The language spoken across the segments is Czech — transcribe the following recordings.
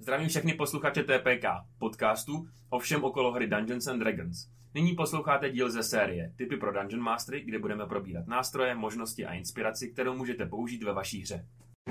Zdravím všechny posluchače TPK, podcastu o všem okolo hry Dungeons and Dragons. Nyní posloucháte díl ze série Tipy pro Dungeon Mastery, kde budeme probírat nástroje, možnosti a inspiraci, kterou můžete použít ve vaší hře.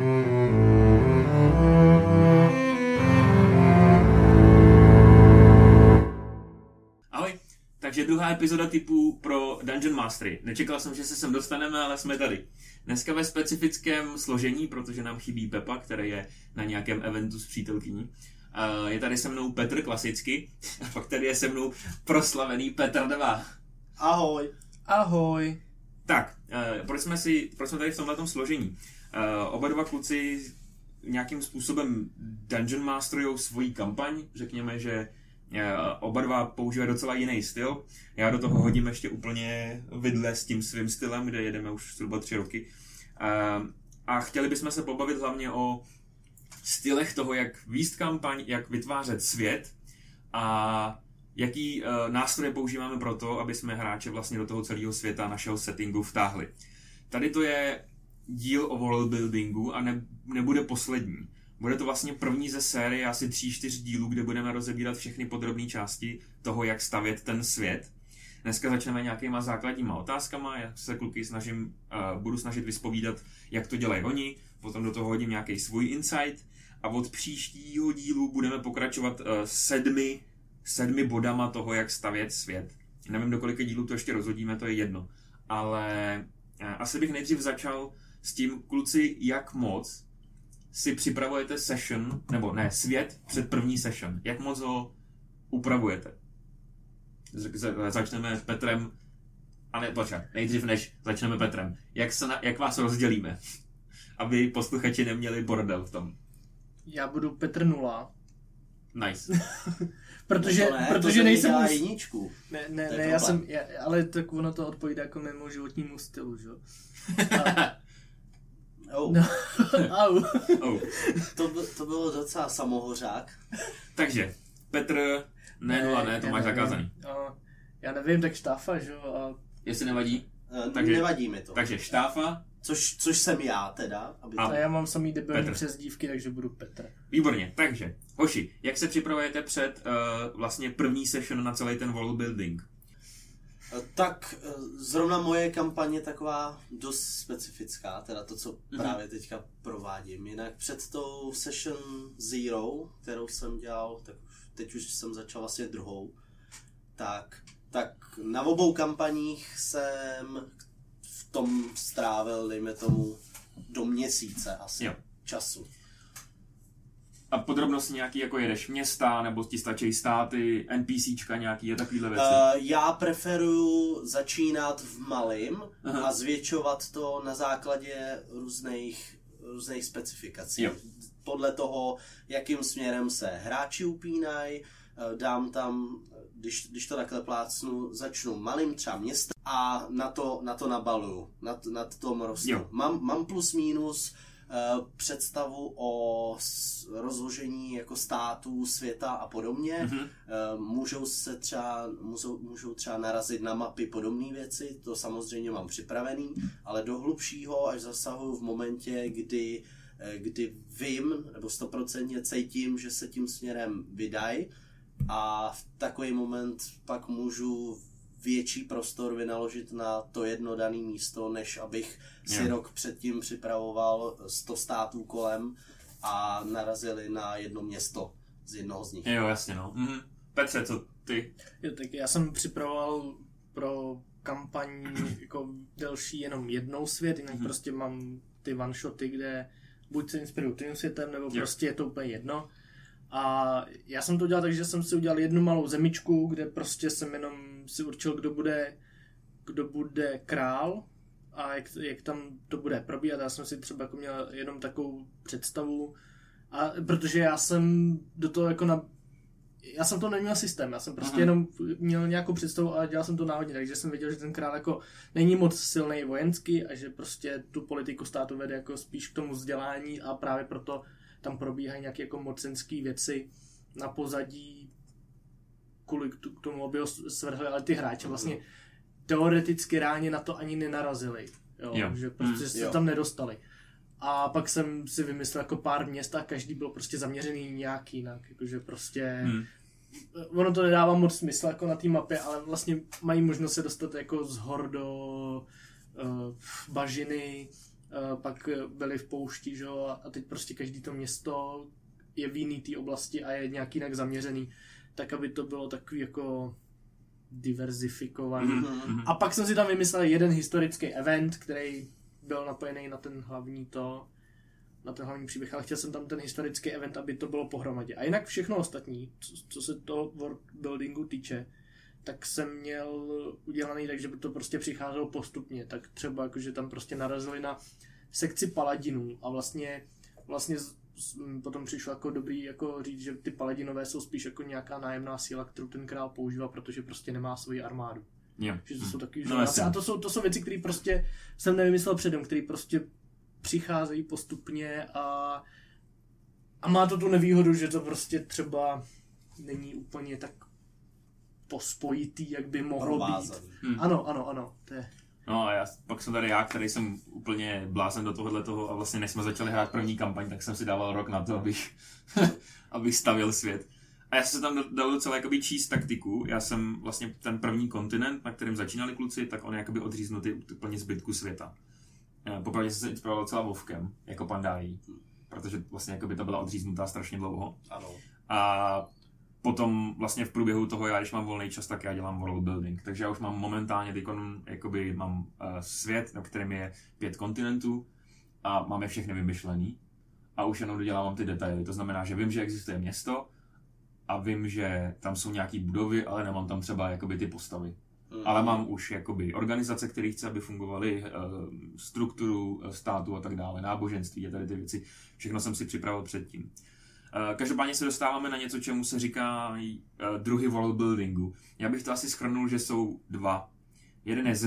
Ahoj, takže druhá epizoda tipů pro Dungeon Mastery. Nečekal jsem, že se sem dostaneme, ale jsme tady. Dneska ve specifickém složení, protože nám chybí Pepa, který je na nějakém eventu s přítelkyní. Je tady se mnou Petr klasicky, a pak tady je se mnou proslavený Petr 2. Ahoj. Ahoj. Tak, proč jsme tady v tomhletom složení? Oba dva kluci nějakým způsobem Dungeon Masterujou svoji kampaň. Řekněme, že oba dva používají docela jiný styl. Já do toho hodím ještě úplně vidle s tím svým stylem, kde jedeme už zhruba 3 roky. A chtěli bychom se pobavit hlavně o stylech toho, jak vést kampaň, jak vytvářet svět a jaký nástroje používáme pro to, aby jsme hráče vlastně do toho celého světa našeho settingu vtáhli. Tady to je díl o worldbuildingu a nebude poslední. Bude to vlastně první ze série asi 3-4 dílů, kde budeme rozebírat všechny podrobné části toho, jak stavět ten svět. Dneska začneme nějakýma základníma otázkama, já se kluky budu snažit vyspovídat, jak to dělají oni, potom do toho hodím nějaký svůj insight a od příštího dílu budeme pokračovat 7 bodama toho, jak stavět svět. Nevím, do kolika dílů to ještě rozhodíme, to je jedno. Ale asi bych nejdřív začal s tím, kluci, jak moc si připravujete svět před první session. Jak moc ho upravujete? Začneme Petrem. Nejdřív než začneme Petrem. Jak vás rozdělíme? Aby posluchači neměli bordel v tom. Já budu Petr 0. Nice. protože nejsem už... jedničku. Ne, ale tak ono to odpovídá jako mému životnímu stylu, že? Au. To bylo docela samohořák. Takže, Petr, ne, to máš zakázaný. Já nevím, tak štáfa, že jo? Jestli nevadí? Nevadí mi to. Takže štáfa. Což jsem já teda. A já mám samý debilní přezdívky, takže budu Petr. Výborně, takže, hoši, jak se připravujete před vlastně první session na celý ten world building? Tak zrovna moje kampaně je taková dost specifická, teda to, co právě teďka provádím. Jinak před tou session 0, kterou jsem dělal, tak teď už jsem začal vlastně druhou, tak na obou kampaních jsem v tom strávil, dejme tomu, do měsíce asi času. A podrobnosti nějaký, jako jedeš města, nebo ti stačí státy, NPCčka nějaký a takovýhle věci? Já preferuju začínat v malým a zvětšovat to na základě různých specifikací. Jo. Podle toho, jakým směrem se hráči upínají, dám tam, když to takhle plácnu, začnu malým třeba městem a na to nabaluju, na tom rostnu. Mám plus minus představu o rozložení jako států, světa a podobně. Můžou třeba narazit na mapy podobné věci, to samozřejmě mám připravený, ale do hlubšího až zasahuju v momentě, kdy vím, nebo 100% cítím, že se tím směrem vydají a v takový moment pak můžu větší prostor vynaložit na to jedno dané místo, než abych si rok předtím připravoval 100 států kolem a narazili na jedno město z jednoho z nich. Jo, jasně, no. Petře, co ty? Jo, tak já jsem připravoval pro kampaň jako delší jenom jednou svět, jinak prostě mám ty one-shoty, kde buď se inspiruju tím světem, nebo prostě je to úplně jedno. A já jsem to dělal tak, že jsem si udělal jednu malou zemičku, kde prostě jsem jenom si určil, kdo bude král a jak tam to bude probíhat. Já jsem si třeba jako měl jenom takovou představu, a protože já jsem do toho jako já jsem to neměl systém, já jsem prostě jenom měl nějakou představu a dělal jsem to náhodně, takže jsem věděl, že ten král jako není moc silný vojensky a že prostě tu politiku státu vede jako spíš k tomu vzdělání a právě proto tam probíhají nějaké jako mocenské věci na pozadí, kvůli k tomu, aby ho svrhli, ale ty hráči vlastně teoreticky reálně na to ani nenarazili, že prostě se tam nedostali. A pak jsem si vymyslel jako pár měst a každý byl prostě zaměřený nějak jinak, jakože prostě ono to nedává moc smysl jako na té mapě, ale vlastně mají možnost se dostat jako z hor do bažiny, pak byli v poušti, že? A teď prostě každý to město je v jiný té oblasti a je nějak jinak zaměřený, tak aby to bylo takový jako diverzifikovaný. A pak jsem si tam vymyslel jeden historický event, který byl napojený na ten hlavní příběh, ale chtěl jsem tam ten historický event, aby to bylo pohromadě. A jinak všechno ostatní, co se toho world buildingu týče, tak jsem měl udělaný tak, že by to prostě přicházelo postupně. Tak třeba jakože tam prostě narazili na sekci paladinů a vlastně potom přišlo jako dobrý jako říct, že ty paladinové jsou spíš jako nějaká nájemná síla, kterou ten král používá, protože prostě nemá svoji armádu. Jo. Že to jsou takový, a to jsou věci, které prostě jsem nevymyslel předem, které prostě přicházejí postupně a má to tu nevýhodu, že to prostě třeba není úplně tak pospojitý, jak by mohlo být. Ano, to je. No a pak jsem tady který jsem úplně blázen do tohohletoho a vlastně než jsme začali hrát první kampaň, tak jsem si dával rok na to, abych stavěl svět. A já jsem se tam dal docela jakoby číst taktiku. Já jsem vlastně ten první kontinent, na kterém začínali kluci, tak on je jakoby odříznutý úplně zbytku světa. Popravdě jsem se inspiroval docela Vovkem, jako Pandarii, protože vlastně jakoby to byla odříznutá strašně dlouho. Ano. A potom vlastně v průběhu toho, já když mám volný čas, tak já dělám world building. Takže já už mám momentálně jakoby mám svět, na kterém je 5 kontinentů a máme všechny vymyšlený. A už jenom dodělávám ty detaily. To znamená, že vím, že existuje město a vím, že tam jsou nějaký budovy, ale nemám tam třeba jakoby ty postavy. Ale mám už jakoby organizace, které chci, aby fungovaly, strukturu státu a tak dále, náboženství a tady ty věci. Všechno jsem si připravil předtím. Každopádně se dostáváme na něco, čemu se říká druhy world buildingu. Já bych to asi shrnul, že jsou 2. Jeden je ze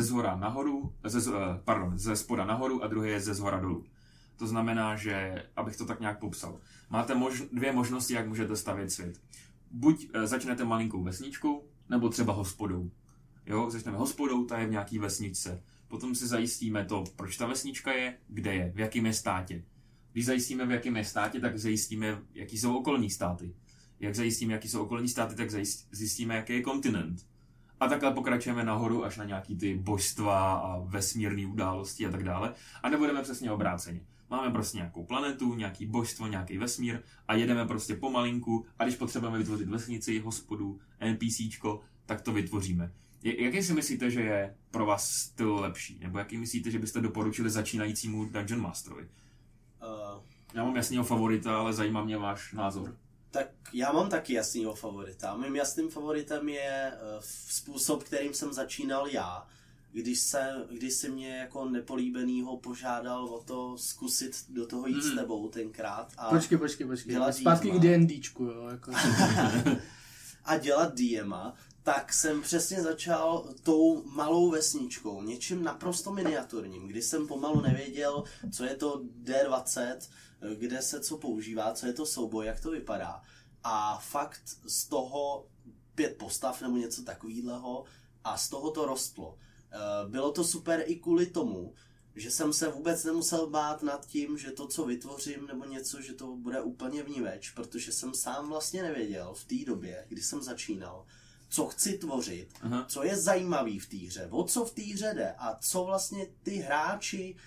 spoda nahoru a druhý je ze zhora dolů. To znamená, že, abych to tak nějak popsal, máte 2 možnosti, jak můžete stavět svět. Buď začnete malinkou vesničkou, nebo třeba hospodou. Jo, začneme hospodou, ta je v nějaký vesničce. Potom si zajistíme to, proč ta vesnička je, kde je, v jakém je státě. Když zajistíme, v jakém je státě, tak zajistíme, jaký jsou okolní státy. Jak zajistíme, jaký jsou okolní státy, tak zjistíme, jaký je kontinent. A takhle pokračujeme nahoru až na nějaký ty božstva a vesmírné události a tak dále. A nebudeme přesně obráceně. Máme prostě nějakou planetu, nějaký božstvo, nějaký vesmír a jedeme prostě pomalinku a když potřebujeme vytvořit vesnici, hospodu, NPCčko, tak to vytvoříme. Jaký si myslíte, že je pro vás styl lepší? Nebo jaký myslíte, že byste doporučili začínajícímu Dungeon Masterovi? Já mám jasného favorita, ale zajímá mě váš názor. Tak já mám taky jasného favorita. Mým jasným favoritem je způsob, kterým jsem začínal já. Když si mě jako nepolíbenýho požádal o to zkusit do toho jít s tebou tenkrát. A počkej. Zpátky k D&Dčku, jo. Jako. A dělat DMa, tak jsem přesně začal tou malou vesničkou, něčím naprosto miniaturním, kdy jsem pomalu nevěděl, co je to D20, kde se co používá, co je to souboj, jak to vypadá. A fakt z toho 5 postav nebo něco takového a z toho to rostlo. Bylo to super i kvůli tomu, že jsem se vůbec nemusel bát nad tím, že to, co vytvořím, nebo něco, že to bude úplně vníveč, protože jsem sám vlastně nevěděl v té době, kdy jsem začínal, co chci tvořit, co je zajímavý v té hře, o co v té hře jde a co vlastně ty hráči,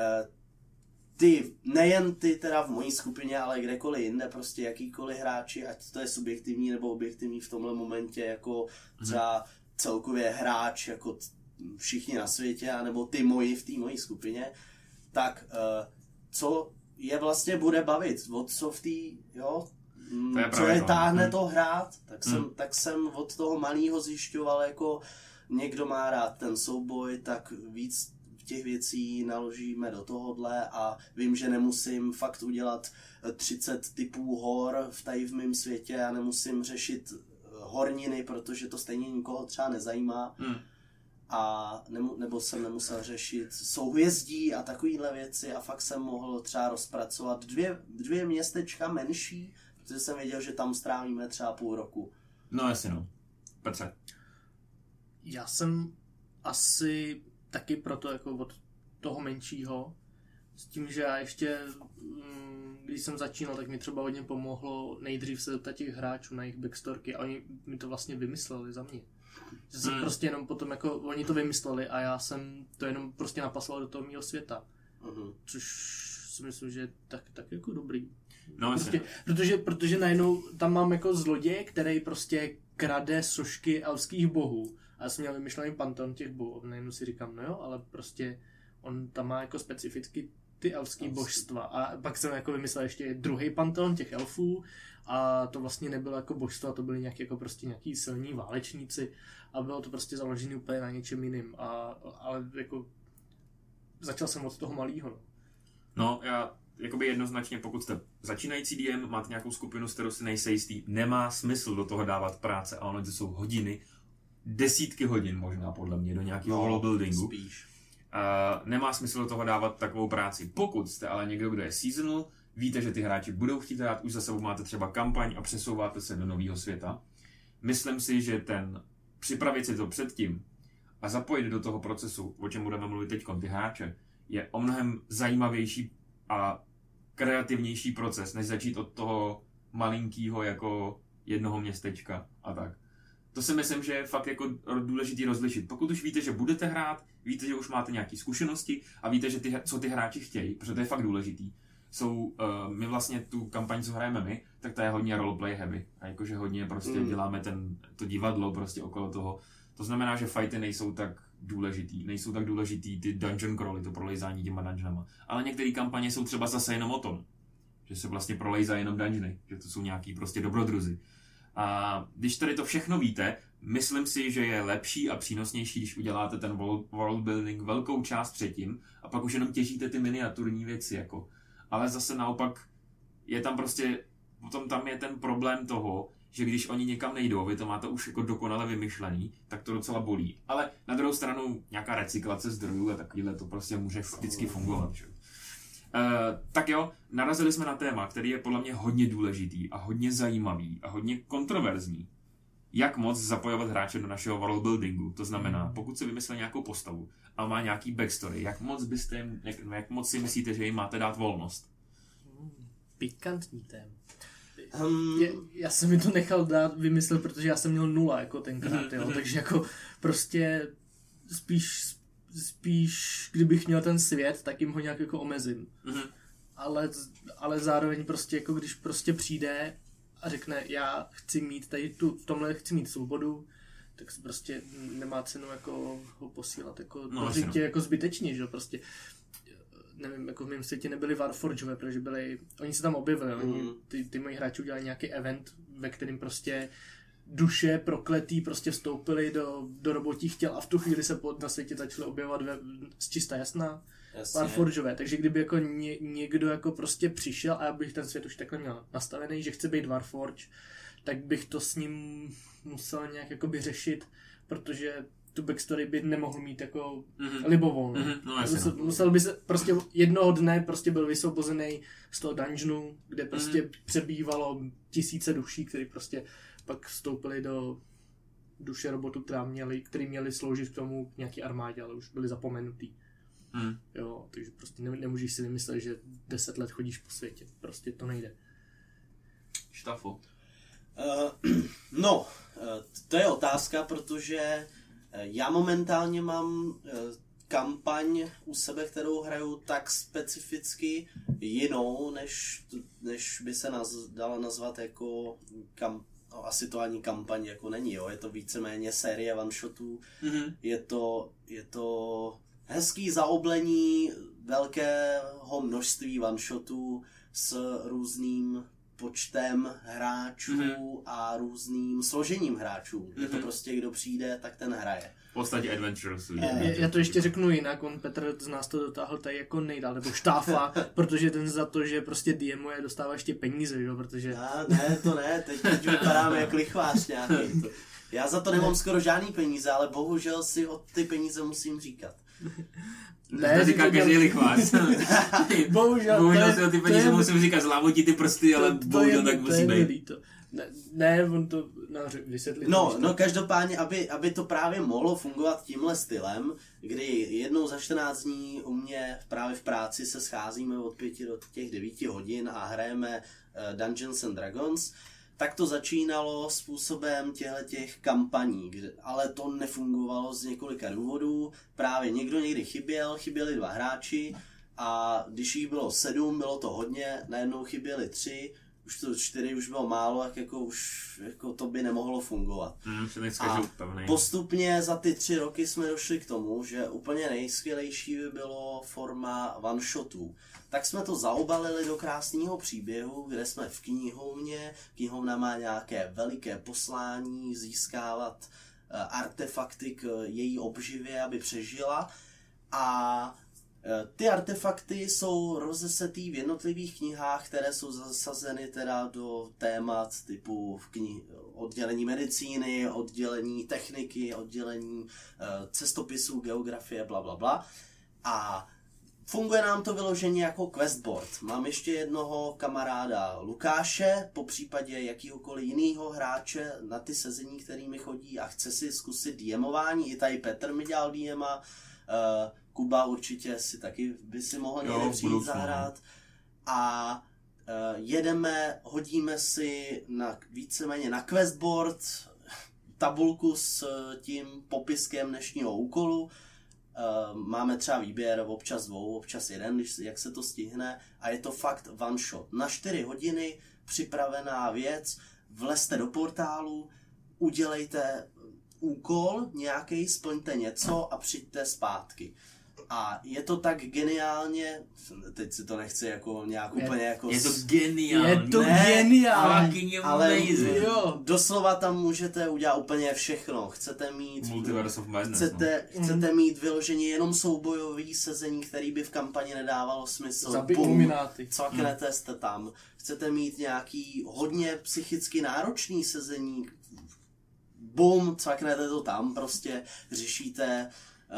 nejen ty teda v mojí skupině, ale kdekoliv jinde, prostě jakýkoliv hráči, ať to je subjektivní nebo objektivní v tomhle momentě, jako třeba celkově hráč, jako všichni na světě, anebo ty moji v té mojí skupině, tak co je vlastně bude bavit, o co v té, jo, co je táhne to hrát, tak jsem od toho malého zjišťoval, jako někdo má rád ten souboj, tak víc těch věcí naložíme do tohohle a vím, že nemusím fakt udělat 30 typů hor v mém světě a nemusím řešit horniny, protože to stejně nikoho třeba nezajímá. A nebo jsem nemusel řešit souhvězdí a takovýhle věci a fakt jsem mohl třeba rozpracovat dvě městečka menší, protože jsem věděl, že tam strávíme třeba půl roku. No jasně no. Petře. Já jsem asi taky proto jako od toho menšího S tím, že já ještě, když jsem začínal, tak mi třeba hodně pomohlo nejdřív se zeptat těch hráčů na jejich backstorky a oni mi to vlastně vymysleli za mě. Že jsem prostě jenom potom jako, oni to vymysleli a já jsem to jenom prostě napasoval do toho mýho světa. Což si myslím, že je tak jako dobrý. No, prostě, protože najednou tam mám jako zloděje, který prostě krade sošky elfských bohů. A já jsem měl vymyšlený panteon těch bohů. Najednou si říkám, no jo, ale prostě on tam má jako specificky ty elfský božstva. A pak jsem jako vymyslel ještě druhý panteon těch elfů a to vlastně nebylo jako božstva, to byly nějaký silní válečníci a bylo to prostě založené úplně na něčem jiným. Ale jako začal jsem od toho malýho. No, já jakoby jednoznačně, pokud jste začínající DM, máte nějakou skupinu, s kterou si nejste jistý, nemá smysl do toho dávat práce a ono to jsou hodiny, desítky hodin možná podle mě do nějakého holobuildingu. Nemá smysl do toho dávat takovou práci. Pokud jste ale někdo, kdo je seasonal, víte, že ty hráči budou chtít hrát, už za sebou máte třeba kampaň a přesouváte se do nového světa. Myslím si, že připravit si to předtím a zapojit do toho procesu, o čem budeme mluvit teď, ty hráče, je o mnohem zajímavější a kreativnější proces, než začít od toho malinkýho jako jednoho městečka a tak. To si myslím, že je fakt jako důležitý rozlišit. Pokud už víte, že budete hrát, víte, že už máte nějaké zkušenosti a víte, že co ty hráči chtějí, protože to je fakt důležitý. My vlastně tu kampaň, co hrajeme my, tak to je hodně roleplay heavy. A jakože hodně prostě děláme to divadlo prostě okolo toho. To znamená, že fighty nejsou tak důležitý. Nejsou tak důležitý ty dungeon crawly, to prolejzání těma dungeonama. Ale některé kampaně jsou třeba zase jenom o tom, že se vlastně prolejzají jenom dungeony, že to jsou nějaký prostě dobrodruzi. A když tady to všechno víte, myslím si, že je lepší a přínosnější, když uděláte ten world building velkou část předtím a pak už jenom těžíte ty miniaturní věci jako. Ale zase naopak je tam prostě, potom tam je ten problém toho, že když oni někam nejdou, vy to máte už jako dokonale vymyšlený, tak to docela bolí. Ale na druhou stranu nějaká recyklace zdrojů a takovýhle to prostě může vždycky fungovat. Že? Tak jo, narazili jsme na téma, který je podle mě hodně důležitý a hodně zajímavý a hodně kontroverzní. Jak moc zapojovat hráče do našeho world buildingu? To znamená, pokud si vymyslel nějakou postavu a má nějaký backstory, jak moc si myslíte, že jim máte dát volnost? Pikantní téma. Já jsem mi to nechal vymyslet, protože já jsem měl 0 jako tenkrát, jo, takže jako prostě spíš kdybych měl ten svět, tak jim ho nějak jako omezím. Ale zároveň prostě jako když prostě přijde a řekne, já chci mít tady v tomhle chci mít svobodu, tak se prostě nemá cenu jako ho posílat jako do řitě jako zbytečně, že prostě nevím, jako v mém světě nebyli Warforgeové, protože oni se tam objevili, ty moji hráči udělali nějaký event, ve kterým prostě duše prokletý prostě vstoupily do robotích těl a v tu chvíli se na světě začaly objevovat z čista jasná Warforgeové, takže kdyby jako někdo jako prostě přišel a já bych ten svět už takhle měl nastavený, že chce být Warforge, tak bych to s ním musel nějak jakoby řešit, protože tu backstory by nemohl mít jako libovolnou. Musel by se prostě jednoho dne prostě byl vysvobozený z toho dungeonu, kde prostě přebývalo tisíce duší, které prostě pak vstoupili do duše robotů, který měli sloužit k tomu k nějaký armádě, ale už byli zapomenutý. Jo, takže prostě nemůžeš si vymyslet, že 10 let chodíš po světě. Prostě to nejde. Štafo. To je otázka, protože já momentálně mám kampaň u sebe, kterou hraju tak specificky jinou, než by se dala nazvat jako asi to ani kampaň jako není, jo. Je to víceméně série one-shotů. Je to hezký zaoblení velkého množství one-shotů s různým počtem hráčů a různým složením hráčů. Je to prostě, kdo přijde, tak ten hraje. V podstatě Adventures. Já to ještě řeknu jinak, Petr z nás to dotáhl tady jako nejdál, nebo Štáfa, protože ten za to, že prostě DMuje, dostává ještě peníze, jo, protože... Ne, teď vypadáme jak lichvář nějaký. Já za to nemám skoro žádný peníze, ale bohužel si o ty peníze musím říkat. Ne, to říká každý lichvář. Bohužel si ty peníze musím říkat, zlámotí ty prsty, ale bohužel tak musí být. Ne, on to vysvětlí. No, každopádně, aby to právě mohlo fungovat tímhle stylem, kdy jednou za 14 dní u mě právě v práci se scházíme od 5 do těch 9 hodin a hrajeme Dungeons and Dragons, tak to začínalo způsobem těch kampaní, ale to nefungovalo z několika důvodů. Právě někdo někdy chyběli 2 hráči a když jich bylo 7, bylo to hodně, najednou chyběli 3, už to 4 už bylo málo, tak jako to by nemohlo fungovat. A postupně za ty 3 roky jsme došli k tomu, že úplně nejskvělejší by bylo forma one-shotů. Tak jsme to zaobalili do krásného příběhu, kde jsme v knihovně. Knihovna má nějaké veliké poslání získávat artefakty k její obživě, aby přežila. A ty artefakty jsou rozesetý v jednotlivých knihách, které jsou zasazeny teda do témat typu oddělení medicíny, oddělení techniky, oddělení cestopisů, geografie, blablabla. A funguje nám to vyloženě jako questboard. Mám ještě jednoho kamaráda Lukáše, po případě jakýhokoliv jiného hráče na ty sezení, který mi chodí a chce si zkusit DMování. I tady Petr mi dělal DMa, Kuba určitě si taky by si mohl někde přijít zahrát. A hodíme si víceméně na questboard tabulku s tím popiskem dnešního úkolu. Máme třeba výběr občas 2, občas 1, jak se to stihne, a je to fakt one shot. Na 4 hodiny připravená věc, vlezte do portálu, udělejte úkol nějaký, splňte něco a přijďte zpátky. A je to tak geniálně, teď si to nechci jako nějak úplně jako... Je to geniální. Je to geniální. Ale doslova tam můžete udělat úplně všechno. Chcete mít... Multiverse of Madness. Chcete mít vyloženě jenom soubojový sezení, který by v kampani nedávalo smysl. Zabij Illumináty. Cvaknete jste tam. Chcete mít nějaký hodně psychicky náročný sezení. Bum, cvaknete to tam. Prostě řešíte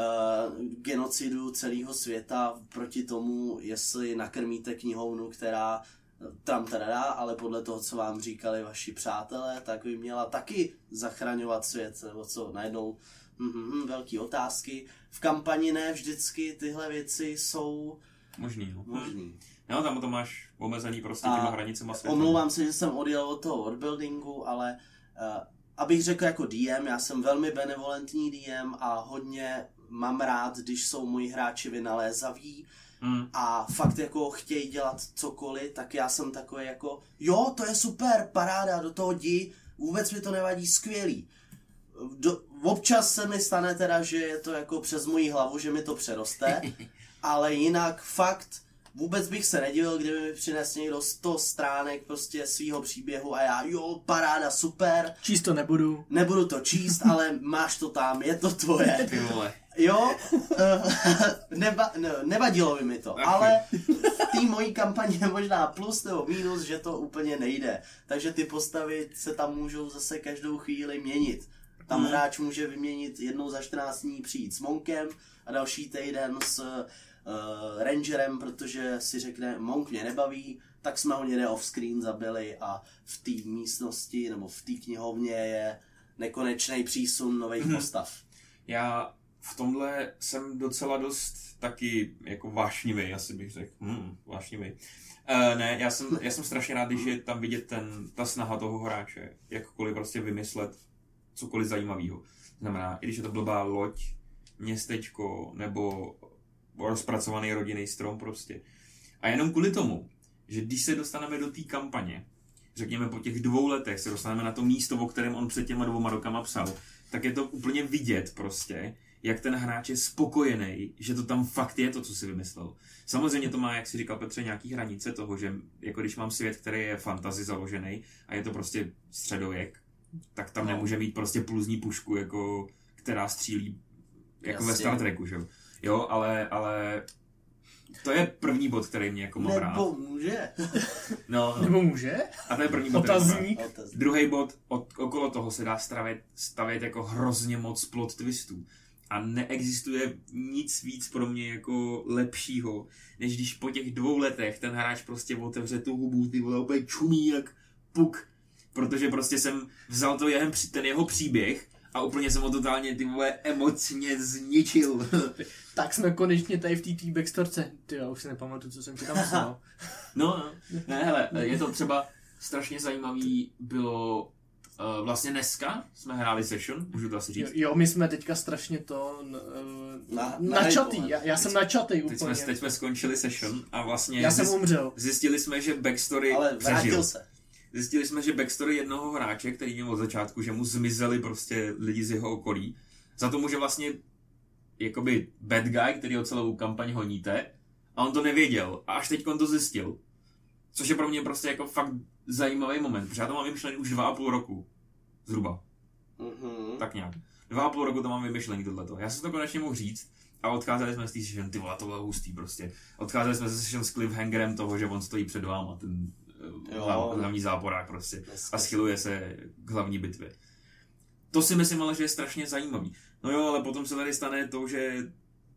genocidu celého světa proti tomu, jestli nakrmíte knihovnu, která tam teda dá, ale podle toho, co vám říkali vaši přátelé, tak by měla taky zachraňovat svět, nebo co, najednou velký otázky. V kampani ne vždycky tyhle věci jsou možný. No, tam to máš omezený prostě těma hranicema světa. Omlouvám se, že jsem odjel od toho worldbuildingu, ale abych řekl jako DM, já jsem velmi benevolentní DM a hodně mám rád, když jsou moji hráči vynalézaví a fakt jako chtějí dělat cokoliv, tak já jsem takový jako jo, to je super, paráda, do toho jdi, vůbec mi to nevadí, skvělý. Občas se mi stane teda, že je to jako přes moji hlavu, že mi to přeroste, ale jinak fakt vůbec bych se nedivil, kdyby mi přinesl někdo 100 stránek prostě svýho příběhu a já, jo, paráda, super. Číst to nebudu. Nebudu to číst, ale máš to tam, je to tvoje. Ty vole. Jo, nevadilo by mi to, ale v té mojí kampani je možná plus nebo mínus, že to úplně nejde. Takže ty postavy se tam můžou zase každou chvíli měnit. Tam hráč může vyměnit jednou za 14 dní přijít s monkem a další týden s rangerem, protože si řekne, monk mě nebaví, tak jsme ho někde off-screen zabili a v té místnosti nebo v té knihovně je nekonečný přísun nových postav. Já v tomhle jsem docela dost taky jako vášnivý, asi bych řekl. Vášnivý. Ne, já jsem strašně rád, když je tam vidět ta snaha toho hráče, jakkoliv prostě vymyslet cokoliv zajímavého. Znamená, i když je to blbá loď, městečko nebo rozpracovaný rodinný strom prostě. A jenom kvůli tomu, že když se dostaneme do té kampaně, řekněme po těch 2 letech se dostaneme na to místo, o kterém on před těma 2 rokama psal, tak je to úplně vidět prostě, jak ten hráč je spokojený, že to tam fakt je to, co si vymyslel. Samozřejmě to má, jak si říkal Petře, nějaký hranice toho, že jako když mám svět, který je fantasy založený a je to prostě středověk, tak tam nemůže mít prostě pulzní pušku, jako, která střílí jako ve Star Treku, že jo, ale to je první bod, který mě jako mám rád. Nebo může. No. Nebo může? A to je první bod. Otazník. Druhý bod, okolo toho se dá stavět jako hrozně moc plot twistů. A neexistuje nic víc pro mě jako lepšího, než když po těch 2 letech ten hráč prostě otevře tu hubu, ty vole, úplně čumí jak puk. Protože prostě jsem vzal ten jeho příběh a úplně jsem ho totálně, ty vole, emocně zničil. Tak jsme konečně tady v té backstorce. Ty já už si nepamatuju, co jsem ti tam psal. No, ne, hele, je to třeba strašně zajímavý, bylo vlastně dneska jsme hráli session, můžu to asi říct. Jo, my jsme teďka strašně to načatý, já jsem načatý úplně. Teď jsme skončili session a vlastně já jsem umřel. Zjistili jsme, že backstory ale vrátil se. Zjistili jsme, že backstory jednoho hráče, který měl od začátku, že mu zmizeli prostě lidi z jeho okolí, za tomu, že vlastně jakoby bad guy, který ho celou kampaň honíte, a on to nevěděl a až teď on to zjistil. Což je pro mě prostě jako fakt zajímavý moment, protože já to mám vymyšlený už 2,5 roku. Zhruba. Mm-hmm. Tak nějak. 2,5 roku to mám vymyšlený tohleto. Já jsem to konečně mohl říct a odcházeli jsme z té session, ty vole, to bylo hustý prostě. Odcházeli jsme ze session s cliffhangerem toho, že on stojí před váma, ten hlavní záporák prostě. A schyluje se k hlavní bitvě. To si myslím ale, že je strašně zajímavý. No jo, ale potom se tady stane to, že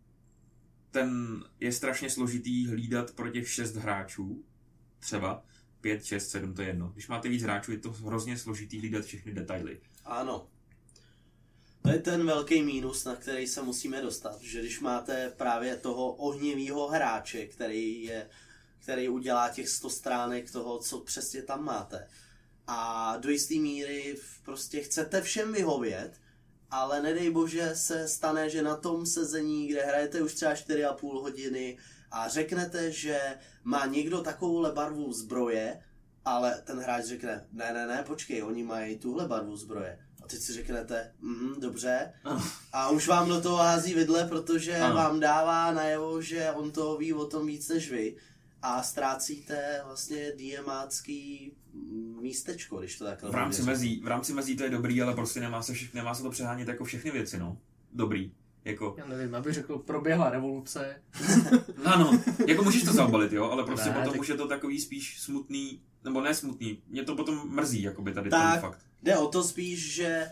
ten je strašně složitý hlídat pro těch 6 hráčů. Třeba 5, 6, 7, to je jedno. Když máte víc hráčů, je to hrozně složitý hlídat všechny detaily. Ano. To je ten velký mínus, na který se musíme dostat, že když máte právě toho ohnivého hráče, který udělá těch 100 stránek toho, co přesně tam máte, a do jisté míry prostě chcete všem vyhovět, ale nedej bože se stane, že na tom sezení, kde hrajete už třeba 4,5 hodiny a řeknete, že má někdo takovouhle barvu zbroje, ale ten hráč řekne, ne, počkej, oni mají tuhle barvu zbroje. A teď si řeknete, dobře. A už vám do toho hází vidle, protože vám dává najevo, že on toho ví o tom víc než vy. A ztrácíte vlastně DMácký místečko, když to takhle v rámci mezí to je dobrý, ale prostě nemá se to přehánět jako všechny věci, no. Dobrý. Jako... Já nevím, abych řekl, proběhla revoluce. Ano, jako můžeš to zabalit, jo, ale prostě Ne, potom tak... už je to takový spíš smutný, nebo ne smutný, mě to potom mrzí, jakoby tady tak, ten fakt. Jde o to spíš, že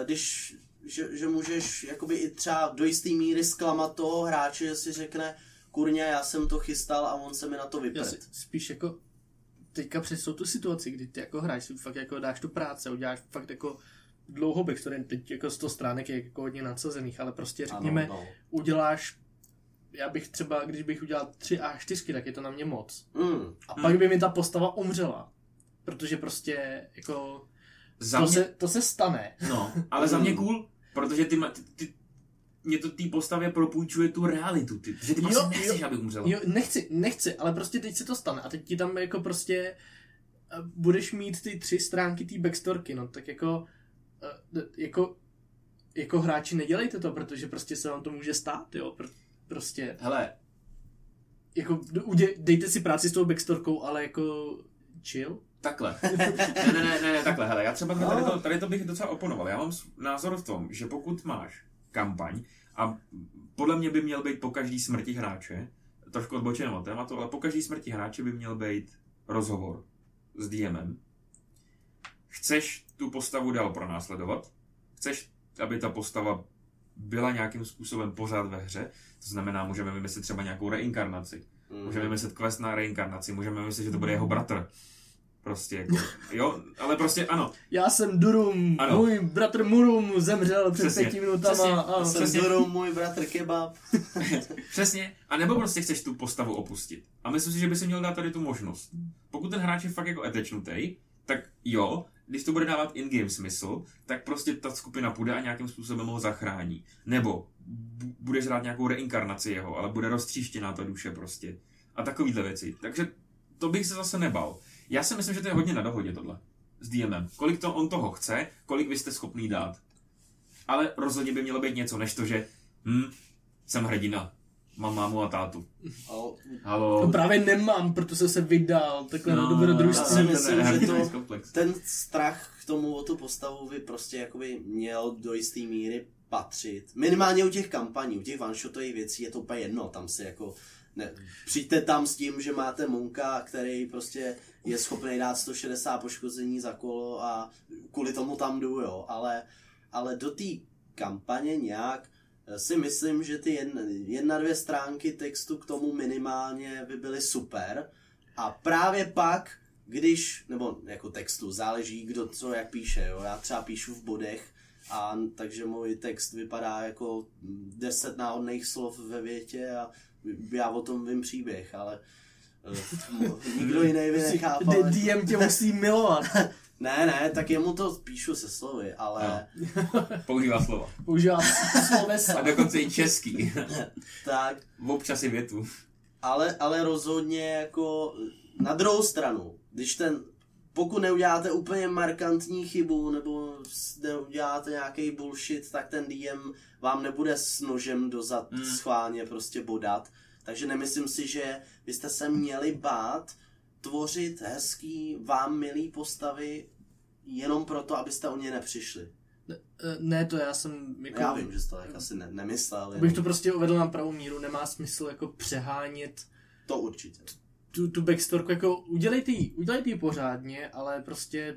že můžeš jakoby i třeba do jistý míry zklamat toho hráče, že si řekne, kurňa, já jsem to chystal a on se mi na to vyprt. Spíš jako teďka představ tu situaci, kdy ty jako hráč si fakt jako dáš tu práci, uděláš fakt jako dlouho backstory, teď jako 100 stránek je jako hodně nadsazených, ale prostě řekněme, uděláš, já bych třeba, když bych udělal 3 A4, tak je to na mě moc. A pak by mi ta postava umřela, protože prostě jako to se stane. No, ale za mě cool, protože mě to té postavě propůjčuje tu realitu, že ty prostě nechceš, aby umřela. Jo, nechci, ale prostě teď se to stane a teď ti tam jako prostě budeš mít ty 3 stránky té backstorky, no tak jako hráči nedělejte to, protože prostě se vám to může stát, jo, prostě. Hele. Jako dejte si práci s tou backstorkou, ale jako chill. Takhle. Ne, takhle, hele, já třeba tady to bych docela oponoval. Já mám názor v tom, že pokud máš kampaň a podle mě by měl být po každý smrti hráče, trošku odbočeného od tématu, ale po každý smrti hráče by měl být rozhovor s DMem. Chceš tu postavu dál pronásledovat? Chceš, aby ta postava byla nějakým způsobem pořád ve hře? To znamená, můžeme vymyslet třeba nějakou reinkarnaci. Můžeme vymyslet quest na reinkarnaci, můžeme vymyslet, že to bude jeho bratr. Prostě jako, jo, ale prostě ano. Já jsem Durum, ano. Můj bratr Murum zemřel před 5 minutama. Jsem Durum, můj bratr Kebab. Přesně, a nebo prostě chceš tu postavu opustit. A myslím si, že by si měl dát tady tu možnost. Pokud ten hráč je fakt jako attachnutý, tak jo, když to bude dávat in-game smysl, tak prostě ta skupina půjde a nějakým způsobem ho zachrání. Nebo budeš hrát nějakou reinkarnaci jeho, ale bude roztříštěná ta duše prostě. A takovýhle věci. Takže to bych se zase nebal. Já si myslím, že to je hodně na dohodě tohle. S DMem. Kolik to on toho chce, kolik vy jste schopný dát. Ale rozhodně by mělo být něco, než to, že jsem hrdina. Mám mámu a tátu. Halo. No právě nemám, protože se vydal takhle na dobrodružství. Já si myslím, že ten strach k tomu o tu postavu by prostě jakoby měl do jisté míry patřit. Minimálně u těch kampaní, u těch one-shotových věcí je to úplně jedno, tam si jako přijďte tam s tím, že máte Monka, který prostě je schopný dát 160 poškození za kolo a kvůli tomu tam jdu, jo, ale do té kampaně nějak si myslím, že ty 1-2 stránky textu k tomu minimálně by byly super. A právě pak, když, nebo jako textu, záleží kdo co jak píše, jo. Já třeba píšu v bodech, a takže můj text vypadá jako 10 náhodných slov ve větě a já o tom vím příběh, ale nikdo jiný by nechápal. DM tě musí milovat. Ne, tak jemu to píšu se slovy, ale... No. Používá slova. Používá slovesa. A dokonce i český. Tak. Občas i větu. Ale rozhodně jako na druhou stranu, pokud neuděláte úplně markantní chybu nebo neuděláte nějaký bullshit, tak ten DM vám nebude s nožem dozad schválně prostě bodat. Takže nemyslím si, že byste se měli bát tvořit hezký, vám milý postavy jenom proto, abyste o ně nepřišli. Ne, to já jsem jako... Já vím, že jsi to tak asi nemyslel. Bych to prostě uvedl na pravou míru, nemá smysl jako přehánět... To určitě. Tu backstorku, jako udělejte ji pořádně, ale prostě...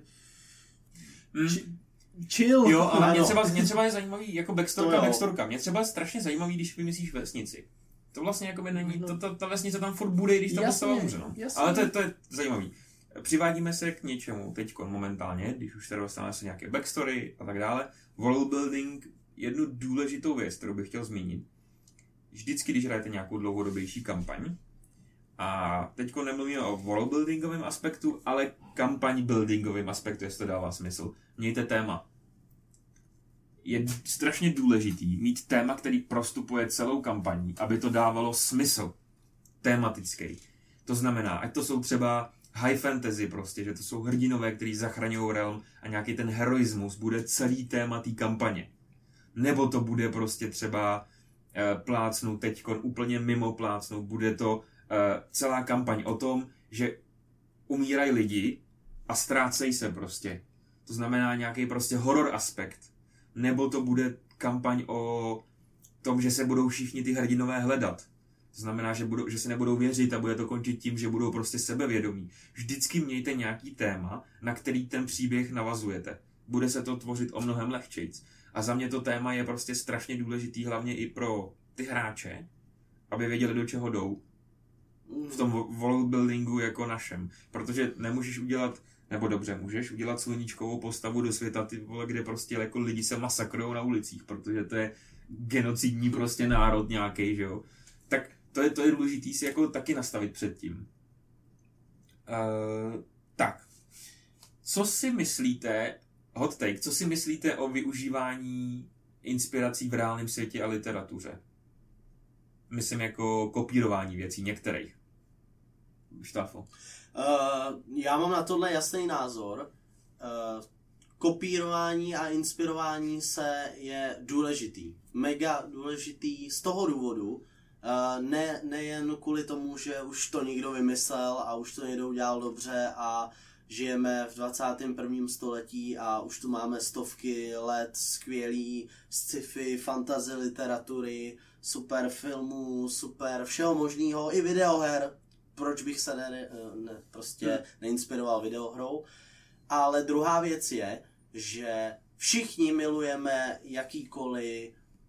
Chill. Jo, ale mě třeba je zajímavý, jako backstorka. Mě třeba je strašně zajímavý, když vymyslíš vesnici. To vlastně jako by není, ta vesnice tam furt bude, když ta postava umře, no. Ale to je zajímavý. Přivádíme se k něčemu teďko momentálně, když už tady dostaneme se nějaké backstory a tak dále. World building, jednu důležitou věc, kterou bych chtěl zmínit. Vždycky, když hrajete nějakou dlouhodobější kampaň, a teďko nemluvíme o world buildingovém aspektu, ale kampaň buildingovém aspektu, jestli to dává smysl. Mějte téma. Je strašně důležitý mít téma, který prostupuje celou kampaní, aby to dávalo smysl. Tématický. To znamená, ať to jsou třeba high fantasy prostě, že to jsou hrdinové, kteří zachraňují realm a nějaký ten heroismus bude celý téma té kampaně. Nebo to bude prostě třeba plácnout teďkon, úplně mimo plácnout, bude to celá kampaň o tom, že umírají lidi a ztrácejí se prostě. To znamená nějaký prostě horor aspekt. Nebo to bude kampaň o tom, že se budou všichni ty hrdinové hledat. To znamená, že se nebudou věřit a bude to končit tím, že budou prostě sebevědomí. Vždycky mějte nějaký téma, na který ten příběh navazujete. Bude se to tvořit o mnohem lehčejc. A za mě to téma je prostě strašně důležitý, hlavně i pro ty hráče, aby věděli, do čeho jdou. V tom world buildingu jako našem. Protože nemůžeš udělat, nebo dobře, můžeš udělat sluníčkovou postavu do světa, ty vole, kde prostě jako lidi se masakrujou na ulicích, protože to je genocidní prostě národ nějaký, že jo. Tak to je důležitý si jako taky nastavit předtím. Tak. Co si myslíte, hot take, co si myslíte o využívání inspirací v reálném světě a literatuře? Myslím jako kopírování věcí, některých. Štáfo. Já mám na tohle jasný názor. Kopírování a inspirování se je důležitý. Mega důležitý z toho důvodu, nejen kvůli tomu, že už to někdo vymyslel a už to někdo udělal dobře a žijeme v 21. století a už tu máme stovky let skvělý sci-fi, fantasy literatury, super filmů, super všeho možného, i videoher. Proč bych se neinspiroval videohrou? Ale druhá věc je, že všichni milujeme jakýkoliv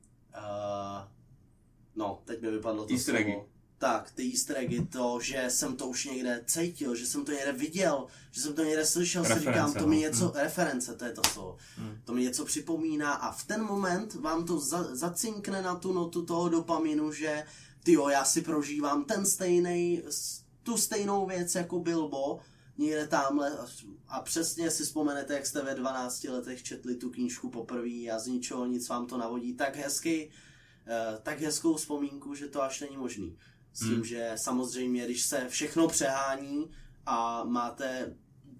teď mi vypadlo to slovo. Tak, ty easter eggy, to, že jsem to už někde cítil, že jsem to někde viděl, že jsem to někde slyšel, si říkám, to mi něco, reference, to je to slovo, to mi něco připomíná a v ten moment vám to zacinkne na tu notu toho dopaminu, že tyjo, já si prožívám tu stejnou věc jako Bilbo, někde tamhle a přesně si vzpomenete, jak jste ve 12 letech četli tu knížku poprvé a z ničeho nic vám to navodí tak hezkou vzpomínku, že to až není možný. S tím, že samozřejmě, když se všechno přehání a máte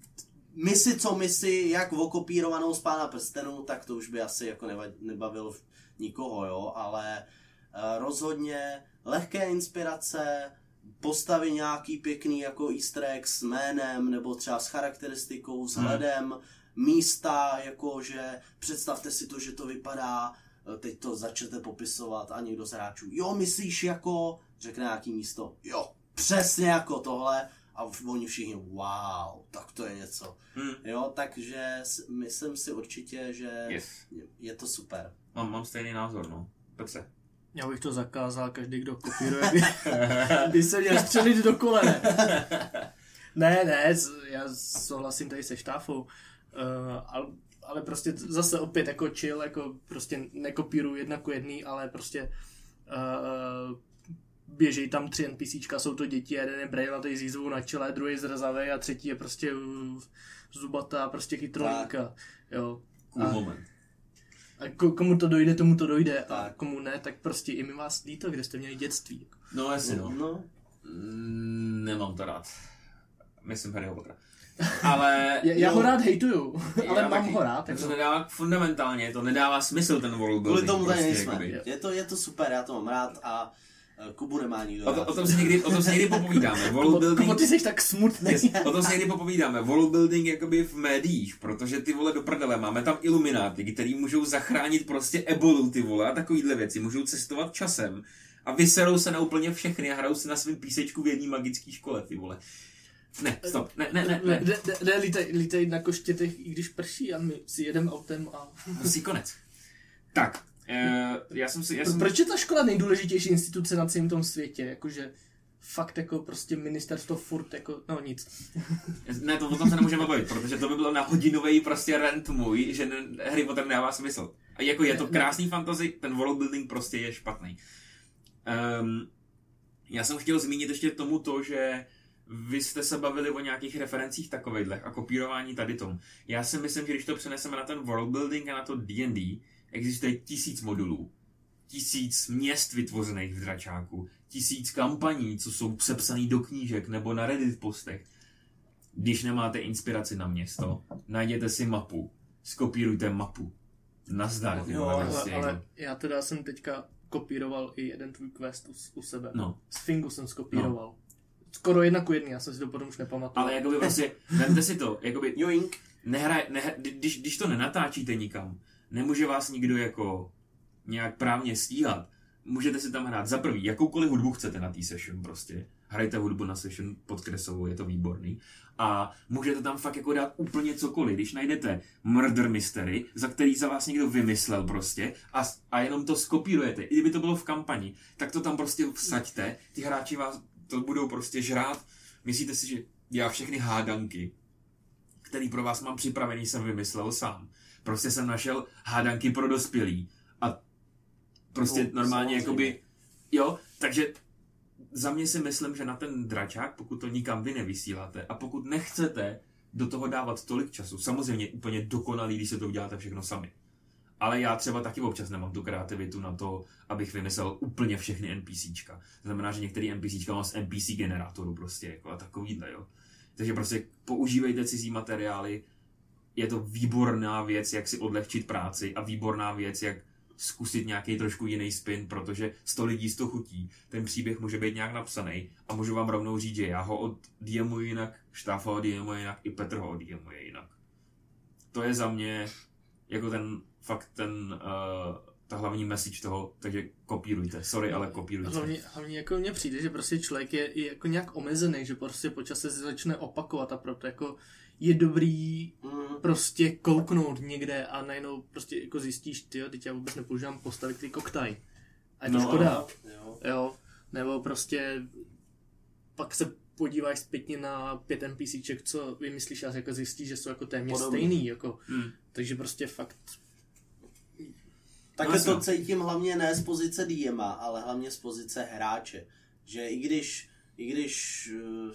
misi, jak okopírovanou z Pána prstenů, tak to už by asi jako nebavilo nikoho, jo, ale rozhodně lehké inspirace, postavy nějaký pěkný jako easter egg s jménem, nebo třeba s charakteristikou, vzhledem, místa, jakože představte si to, že to vypadá, teď to začnete popisovat a někdo z hráčů, jo, myslíš jako, řekne nějaký místo, jo, přesně jako tohle a oni všichni, wow, tak to je něco. Jo, takže myslím si určitě, že je to super. Mám stejný názor, no. Petře. Já bych to zakázal, každý, kdo kopíruje, by se měl střelit do kolene. Ne, já souhlasím tady se Štáfou, ale prostě zase opět jako chill, jako prostě nekopíruju jedna ku jedný, ale prostě běží tam 3 NPCčka, jsou to děti, jeden je brejlatý s jízvou na čele, druhý zrzavej a třetí je prostě zubatá, prostě chytrolínka, jo. Cool moment. A komu to dojde, tomu to dojde, a komu ne, tak prostě i mi vás líto, kde jste měli dětství. No jasně, no. Nemám to rád. Myslím Harryho Pottera. Ale... já ho rád hejtuju, ale mám ho rád. To nedává fundamentálně, to nedává smysl ten world building. Kvůli tomu tady prostě, nejsme. Je to super, já to mám rád a Kubu nemá nikdo rád. O tom si někdy popovídáme. Kubo, ty jsi tak smutný. O tom si někdy popovídáme. World building jakoby v médiích, protože ty vole do prdele, máme tam ilumináty, který můžou zachránit prostě ebolu, ty vole, a takovýhle věci, můžou cestovat časem a vyserou se na úplně všechny a hrajou si na svém písečku v jedné magické škole, ty vole. Ne, stop, ne. Lítej na koštětech, i když prší a my si jedeme autem a... Musí konec. Tak, já jsem Proč je ta škola nejdůležitější instituce na celém tom světě? Jakože fakt jako prostě ministerstvo furt jako, no nic. Ne, to o tom se nemůžeme bavit, protože to by bylo na hodinový prostě rant můj, že Harry Potter nedává smysl. A jako je to krásný fantasy, ten world building prostě je špatný. Já jsem chtěl zmínit ještě tomu to, že vy jste se bavili o nějakých referencích takovejhlech a kopírování tady tom. Já si myslím, že když to přeneseme na ten world building a na to D&D, existuje 1000 modulů, 1000 měst vytvořených v Dračáku, 1000 kampaní, co jsou sepsaný do knížek nebo na Reddit postech. Když nemáte inspiraci na město, najděte si mapu, skopírujte mapu. Nazdar. Ale já teda jsem teďka kopíroval i jeden tvůj quest u sebe. No. Z Fingu jsem skopíroval. No. Skoro 1:1, já jsem si to potom už nepamatoval. Ale jakoby prostě, vemte si to, jakoby, když to nenatáčíte nikam, nemůže vás nikdo jako nějak právně stíhat. Můžete si tam hrát za prvý, jakoukoliv hudbu chcete na té session prostě. Hrajte hudbu na session pod kresovou, je to výborný. A můžete tam fakt jako dát úplně cokoliv. Když najdete murder mystery, za který za vás někdo vymyslel prostě a jenom to skopírujete, i kdyby to bylo v kampani, tak to tam prostě vsaďte, ty hráči vás to budou prostě žrát. Myslíte si, že já všechny hádanky, který pro vás mám připravený, jsem vymyslel sám. Prostě jsem našel hádanky pro dospělí a prostě normálně jakoby, jo, takže za mě si myslím, že na ten dračák, pokud to nikam vy nevysíláte a pokud nechcete do toho dávat tolik času, samozřejmě úplně dokonalý, když se to uděláte všechno sami. Ale já třeba taky občas nemám tu kreativitu na to, abych vymyslel úplně všechny NPCčka. To znamená, že některý NPCčka mám z NPC generátoru prostě jako a takovýhle, jo. Takže prostě používejte cizí materiály, je to výborná věc, jak si odlehčit práci a výborná věc, jak zkusit nějaký trošku jiný spin, protože 100 lidí 100 chutí. Ten příběh může být nějak napsaný a můžu vám rovnou říct, že já ho oddiemuji jinak, Štáfa ho oddiemuji jinak, i Petr ho oddiemuji jinak. To je za mě jako ta hlavní message toho, takže kopírujte. Sorry, ale kopírujte. Hlavně jako mně přijde, že prostě člověk je jako nějak omezený, že prostě po čase se začne opakovat a proto jako je dobrý prostě kouknout někde a najednou prostě jako zjistíš, tyjo, teď já vůbec nepoužívám postavy, který koktaj. A je to škoda. Jo. Nebo prostě pak se podíváš zpětně na 5 NPCček, co vymyslíš a jako zjistíš, že jsou jako téměř stejný. Jako. Takže prostě fakt... Tak to cítím hlavně ne z pozice DMa, ale hlavně z pozice hráče. Že i když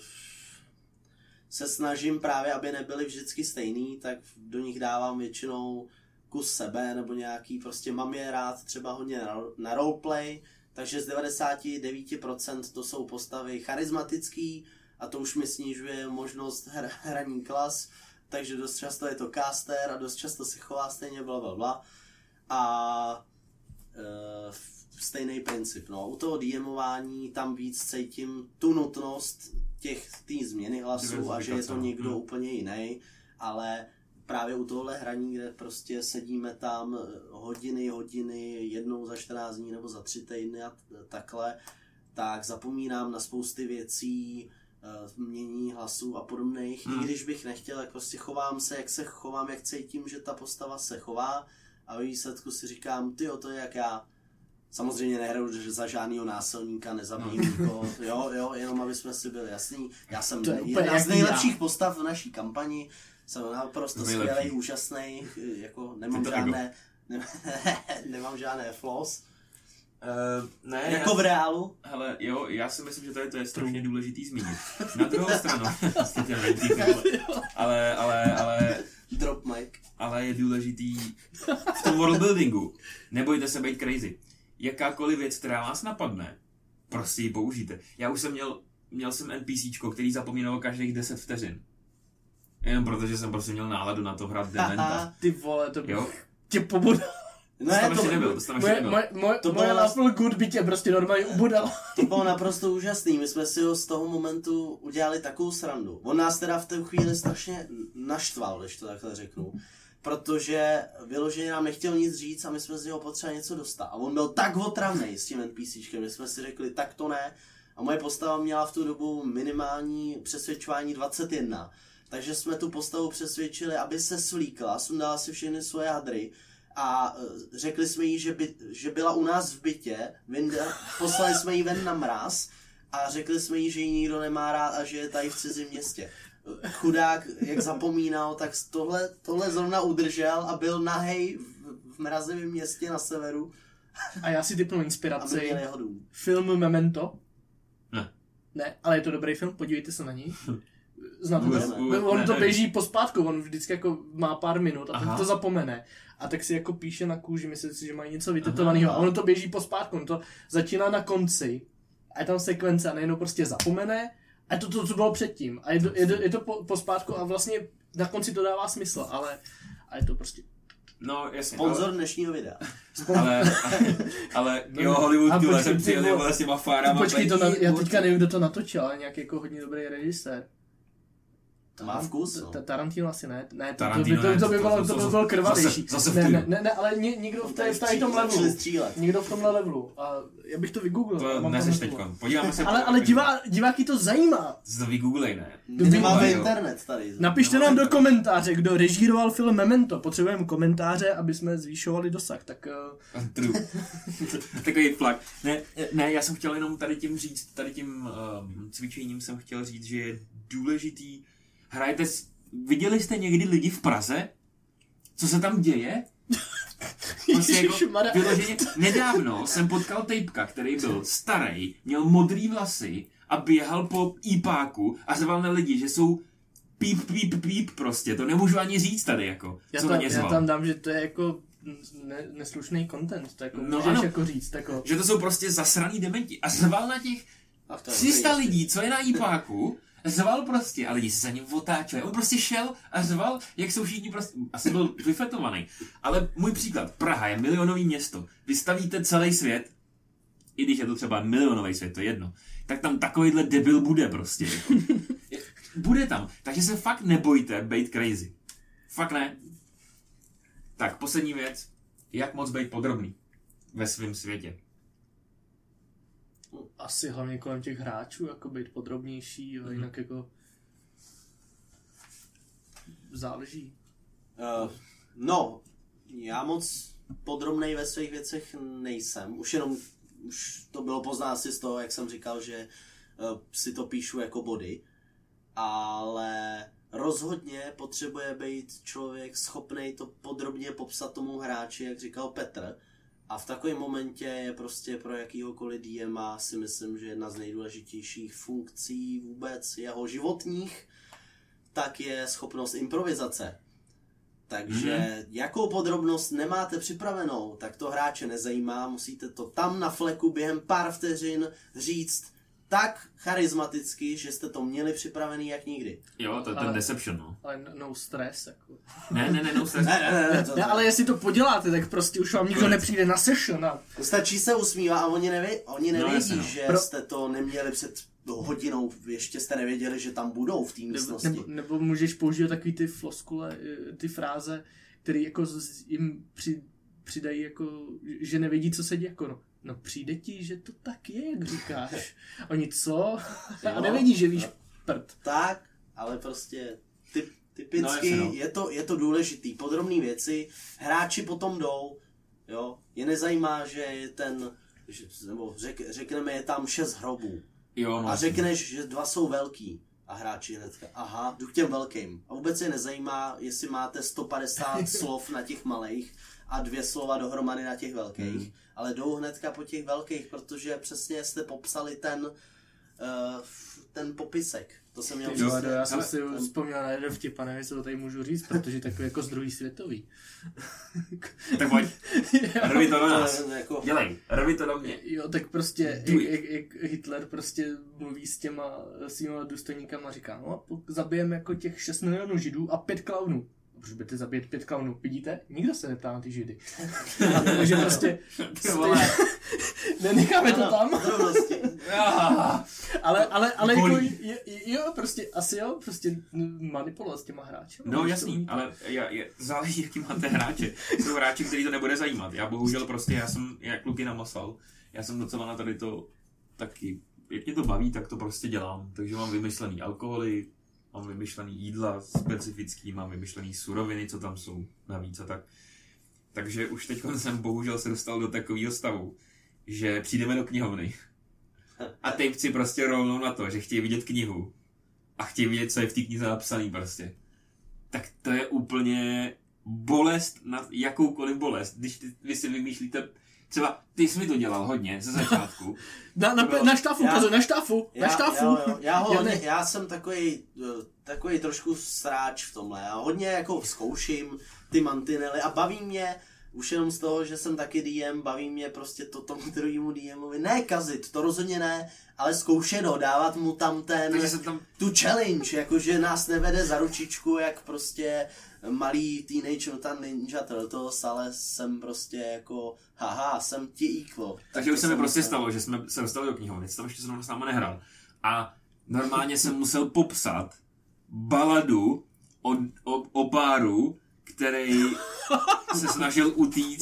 se snažím právě, aby nebyly vždycky stejný, tak do nich dávám většinou kus sebe, nebo nějaký, prostě mám je rád třeba hodně na roleplay, takže z 99% to jsou postavy charismatický a to už mi snižuje možnost hraní klas, takže dost často je to caster a dost často se chová stejně blablabla. A stejný princip. No. U toho DMování tam víc cítím tu nutnost té změny hlasu a že je to někdo úplně jiný, ale právě u tohle hraní, kde prostě sedíme tam hodiny, jednou za 14 dní nebo za 3 týdny a takhle, tak zapomínám na spousty věcí, mění hlasů a podobných. I když bych nechtěl, jak prostě chovám se, jak cítím, že ta postava se chová, a ve výsledku si říkám, tyjo, to je jak já. Samozřejmě nehraju za žádnýho násilníka, nezabijím nikoho, jo, jenom aby jsme si byli jasní. Já jsem jedna z nejlepších postav v naší kampani, jsem naprosto skvělej, úžasnej, jako nemám žádné flaws. Ne, jako v reálu? Hele, jo, já si myslím, že to je strašně důležitý zmínit. Na druhou stranu, ale drop mic. Ale je důležitý v tom worldbuildingu. Nebojte se být crazy. Jakákoliv věc, která vás napadne, prostě ji použijte. Já už jsem měl jsem NPCčko, který zapomínal každých 10 vteřin. Jenom protože jsem prostě měl náladu na to hrát dementa. Ty vole, to bych tě pobudal. Ne, moje last good by tě prostě normálně ubudal. To bylo naprosto úžasný, my jsme si ho z toho momentu udělali takovou srandu. On nás teda v té chvíli strašně naštval, když to takhle řeknu. Protože vyloženě nám nechtěl nic říct a my jsme z něho potřebovali něco dostat. A on byl tak otravnej s tím NPCčkem, že jsme si řekli, tak to ne. A moje postava měla v tu dobu minimální přesvědčování 21. Takže jsme tu postavu přesvědčili, aby se svlíkla, sundala si všechny svoje hadry a řekli jsme jí, že byla u nás v bytě, poslali jsme jí ven na mráz a řekli jsme jí, že ji nikdo nemá rád a že je tady v cizím městě. Chudák, jak zapomínal, tak tohle zrovna udržel a byl nahej v mrazivém městě na severu. A já si typnu inspiraci. Film Memento. Ne, ale je to dobrý film, podívejte se na něj. Znáte to? On to běží pospátku, on vždycky jako má pár minut a ten to zapomene. A tak si jako píše na kůži, myslí si, že mají něco vytetovaného. A ono to běží pospátku, on to začíná na konci. A je tam sekvence a nejenom prostě zapomene. A je to, co bylo předtím. A je to pospátku a vlastně na konci to dává smysl, ale je to prostě... No, jasně. Sponzor dnešního videa. Ale jo, Hollywood tu jsem přijel s těma fárama. Počkej, já teďka nevím, kdo to natočil, ale nějaký jako hodně dobrý režisér. To má vkus, no. Tarantino asi ne. Ne, to by bylo krvavější. Ne, ale někdo v tom levelu. Někdo v tomhle levelu. A já bych to vygooglil. To neseš teďkon. Podíváme se. Ale diváky to zajímá. To vygooglej, ne? Nemáme internet tady. Napište nám do komentáře, kdo režíroval film Memento. Potřebujeme komentáře, aby jsme zvýšovali dosah. Tak... Takový flak. Ne, já jsem chtěl jenom tady tím cvičením jsem chtěl říct, že je důležitý. Viděli jste někdy lidi v Praze? Co se tam děje? Prostě jako vyloženě, nedávno jsem potkal týpka, který byl starý, měl modrý vlasy a běhal po IPáku a řval na lidi, že jsou píp prostě. To nemůžu ani říct tady, jako. Já tam dám, že to je jako neslušný content, to jako můžeš jako říct. Jako... Že to jsou prostě zasraný dementi. A řval na těch 300 lidí, co je na IPáku, řval prostě a lidi se za ním otáčeli. On prostě šel a řval, jak jsou všichni prostě, asi byl vyfetovaný. Ale můj příklad, Praha je milionový město. Vy stavíte celý svět, i když je to třeba milionový svět, to je jedno, tak tam takovýhle debil bude prostě. Bude tam. Takže se fakt nebojte být crazy. Fakt ne. Tak, poslední věc. Jak moc být podrobný ve svém světě? Asi hlavně kolem těch hráčů, jako být podrobnější, ale jinak jako záleží. No, já moc podrobnej ve svých věcech nejsem. Už to bylo poznat asi z toho, jak jsem říkal, že si to píšu jako body. Ale rozhodně potřebuje být člověk schopnej to podrobně popsat tomu hráči, jak říkal Petr. A v takovém momentě je prostě pro jakýhokoliv DMa si myslím, že jedna z nejdůležitějších funkcí vůbec jeho životních, tak je schopnost improvizace. Takže jakou podrobnost nemáte připravenou, tak to hráče nezajímá, musíte to tam na fleku během pár vteřin říct tak charismaticky, že jste to měli připravený jak nikdy. Jo, to je ten deception, no. Ale no stress, jako. Ne, no stress. Ne, ale jestli to poděláte, tak prostě už vám nikdo nepřijde na session. Stačí se usmívat a oni nevědí, že jste to neměli před hodinou, ještě jste nevěděli, že tam budou v té místnosti. Nebo můžeš použít takový ty floskule, ty fráze, které jako jim přidají jako, že nevědí, co se děje, jako no přijde ti, že to tak je, jak říkáš. Oni co? A nevědí, že víš prd. Tak, ale prostě typicky je to důležitý. Podrobné věci, hráči potom jdou, jo. Je nezajímá, že je ten nebo řekneme, je tam 6 hrobů. Jo, no. A řekneš, že 2 jsou velký. A hráči hnedka, aha, jdu k těm velkým. A vůbec je nezajímá, jestli máte 150 slov na těch malých a 2 slova dohromady na těch velkých. Ale jdou hnedka po těch velkých, protože přesně jste popsali ten popisek. To jsem měl přesně. Já jsem si vzpomněl na jeden vtip, a nevím, jestli to tady můžu říct, protože takový jako z druhý světový. Tak pojď, rvi to do nás. Jako... Dělej, rvi to do mě. Jo, tak prostě jak Hitler prostě mluví s těma svýma důstojníkama a říká, no zabijeme jako těch 6 milionů židů a 5 klaunů. Proč budete zabít 5 klaunů? Vidíte? Nikdo se neptá na ty židy. Takže prostě nenecháme to tam. ale jako, jo, prostě asi jo, prostě manipulovat s těma hráči. No jasný, ale záleží, jaký máte hráče. Jsou hráči, který to nebude zajímat. Já bohužel prostě, já jsem jak kluky namasal. Já jsem docela na tady to taky, jak mě to baví, tak to prostě dělám. Takže mám vymyšlený alkoholy, mám vymyšlený jídla specifický, mám vymyšlený suroviny, co tam jsou navíc a tak. Takže už teď jsem bohužel se dostal do takového stavu, že přijdeme do knihovny a typci prostě rovnou na to, že chtějí vidět knihu a chtějí vidět, co je v té knize napsaný prostě. Tak to je úplně bolest na jakoukoliv bolest, když vy si vymýšlíte. Třeba ty jsi mi to dělal hodně ze začátku. Na štáfu. Já jsem takový trošku sráč v tomhle. Já hodně jako zkouším ty mantinely a baví mě, už jenom z toho, že jsem taky DM, baví mě prostě to tomu druhému DMovi ne kazit, to rozhodně ne, ale zkoušet ho, dávat mu tam tu challenge, jakože nás nevede za ručičku, jak prostě malý Teenage Mutant Ninja Turtles, ale jsem prostě jako, jsem ti equal. Takže už se mi prostě stalo, že jsme se dostali do knihovny, tam ještě jsem s náma nehrál. A normálně jsem musel popsat baladu o páru, který se snažil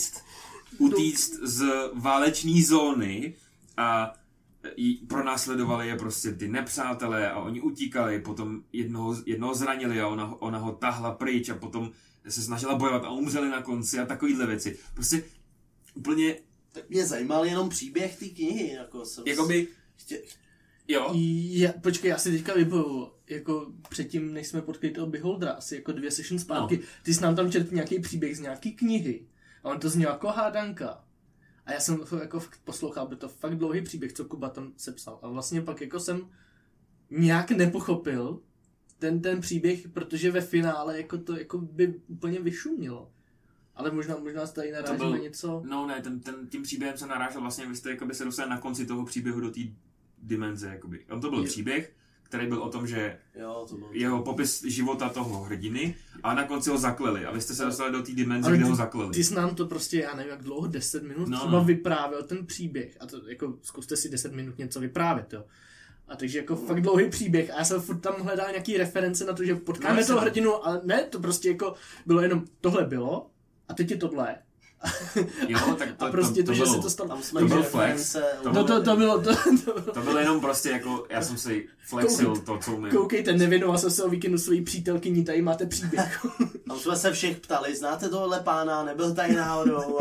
utíct z váleční zóny a pronásledovali je prostě ty nepřátelé a oni utíkali, potom jednoho zranili a ona ho tahla pryč a potom se snažila bojovat a umřeli na konci a takovýhle věci. Prostě úplně... Tak mě zajímal jenom příběh té knihy, jako jsem... Jakoby... Jo. Počkej, já si teďka vybavu, jako předtím, než jsme potkali toho Beholdera, asi jako 2 session zpátky, ty jsi nám tam četl nějaký příběh z nějaký knihy a on to zněl jako hádanka. A já jsem to jako poslouchal, byl to fakt dlouhý příběh, co Kuba tam sepsal. A vlastně pak jako jsem nějak nepochopil ten příběh, protože ve finále jako to jako by úplně vyšumělo. Ale možná se tady naráží na něco... No ne, tím příběhem se narážel vlastně, vy jste jakoby se dostali na konci toho příběhu do té dimenze. Jakoby. On to byl příběh, který byl o tom, že jeho popis života toho hrdiny a na konci ho zakleli a vy jste se dostali do té dimenze, kde ho zakleli. Ty jsi nám to prostě, já nevím jak dlouho, 10 minut třeba vyprávěl ten příběh a to jako zkuste si 10 minut něco vyprávět, jo. A takže jako fakt dlouhý příběh a já jsem furt tam hledal nějaký reference na to, že potkáme toho hrdinu, ale ne, to prostě jako bylo jenom tohle bylo a teď je tohle. Jo, tak to, a prostě to, že se to stalo. Tam jsme byl flex. To bylo jenom prostě jako, já jsem si flexil to, co umím. Koukejte, nevěnoval jsem se o víkendu svojí přítelkyni, tady máte příběh. Tam jsme se všech ptali, znáte tohle pána, nebyl tady náhodou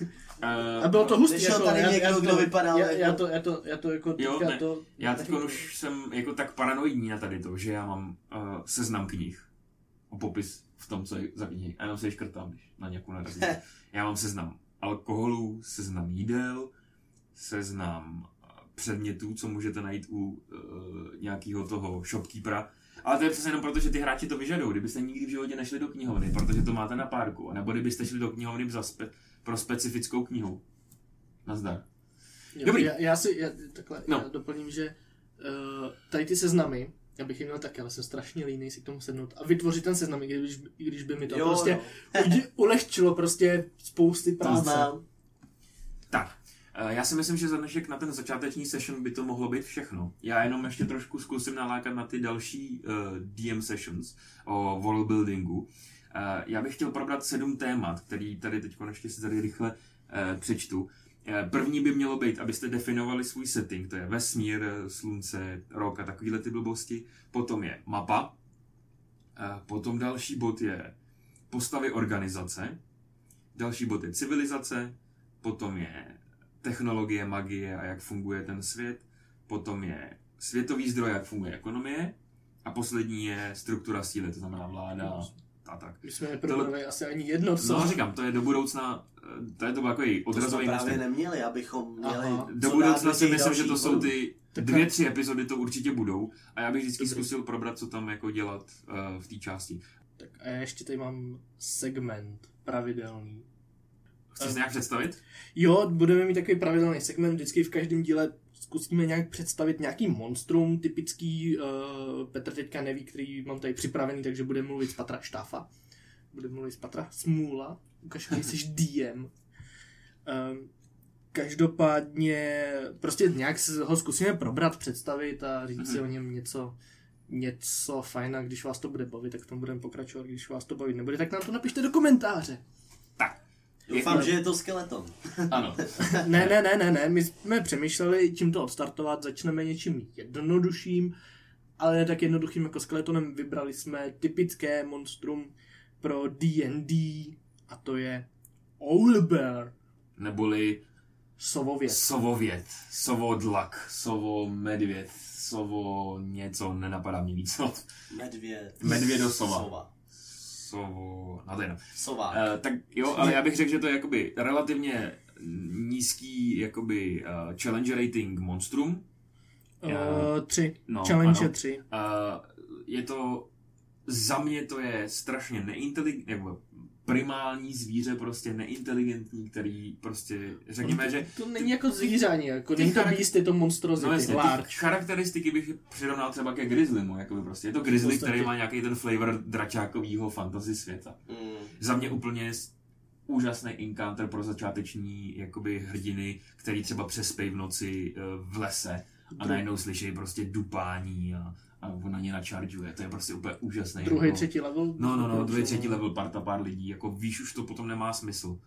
a bylo to hustý, jako, tady někdo, kdo vypadal já to jako já teď už jsem jako tak paranoidní na tady to, že já mám seznam knih o popis v tom, co je za knihy. A jenom se je škrtám, když na nějakou narazím. Já mám seznam alkoholů, seznam jídel, seznam předmětů, co můžete najít u nějakého toho shopkeepera. Ale to je přesně jenom proto, že ty hráči to vyžadují. Kdybyste nikdy v životě nešli do knihovny, protože to máte na párku, nebo kdybyste šli do knihovny pro specifickou knihu. Nazdar. Dobrý. Já doplním, že tady ty seznamy, já bych je měl taky, ale jsem strašně línej si k tomu sednout a vytvořit ten seznam, i když by mi to ulehčilo prostě spousty práce. Tak, já si myslím, že za dnešek na ten začáteční session by to mohlo být všechno. Já jenom ještě trošku zkusím nalákat na ty další DM sessions o worldbuildingu. Já bych chtěl probrat 7 témat, který tady teď ještě si tady rychle přečtu. První by mělo být, abyste definovali svůj setting, to je vesmír, slunce, rok a takovýhle ty blbosti. Potom je mapa. Potom další bod je postavy organizace. Další bod je civilizace. Potom je technologie, magie a jak funguje ten svět. Potom je světový zdroj, jak funguje ekonomie. A poslední je struktura síly, to znamená vláda a tak. My jsme neprobrali asi ani jedno, co? No říkám, to je do budoucna, to byl takový odrazový to jsme právě neměli, abychom měli... Do budoucna si myslím, že to jsou ty 2-3 epizody, to určitě budou. A já bych vždycky zkusil probrat, co tam jako dělat v té části. Tak a já ještě tady mám segment pravidelný. Chceš nějak představit? Jo, budeme mít takový pravidelný segment, vždycky v každém díle zkusíme nějak představit nějaký monstrum, typický, Petr teďka neví, který mám tady připravený, takže bude mluvit z Patra Štáfa, bude mluvit z Patra Smůla, Ukaž, že jsi DM. Každopádně prostě nějak ho zkusíme probrat, představit a říct si o něm něco fajna, když vás to bude bavit, tak v tom budeme pokračovat, když vás to bavit nebude, tak nám to napište do komentáře. Tak. Doufám, že je to skeleton. Ano. Ne, my jsme přemýšleli, čím to odstartovat, začneme něčím jednodušším, ale ne tak jednoduchým jako skeletonem. Vybrali jsme typické monstrum pro D&D a to je Owlbear. Neboli Sovověd. Sovodlak, sovomedvěd, sovo něco, nenapadá mě víc. Medvědosova. No to je Sovák. tak jo, ale já bych řekl, že to je jakoby relativně nízký jakoby challenge rating monstrum. 3. No, Challenge ano. 3. Je to, za mě to je strašně neinteligentní, nebo primální zvíře, prostě neinteligentní, který prostě, řekněme, že... To není jako zvířání, jako není to beast, je to monstrozity, no, large. Charakteristiky bych přirovnal třeba ke grizzlymu, jakoby prostě. Je to grizzly, který má nějaký ten flavor dračákovýho fantasy světa. Za mě úplně úžasný encounter pro začáteční jakoby hrdiny, který třeba přespej v noci v lese a najednou slyší prostě dupání a on na ně načaržuje. To je prostě úplně úžasný. Druhý, třetí level? No, druhý, třetí level, pár lidí. Jako víš, už to potom nemá smysl.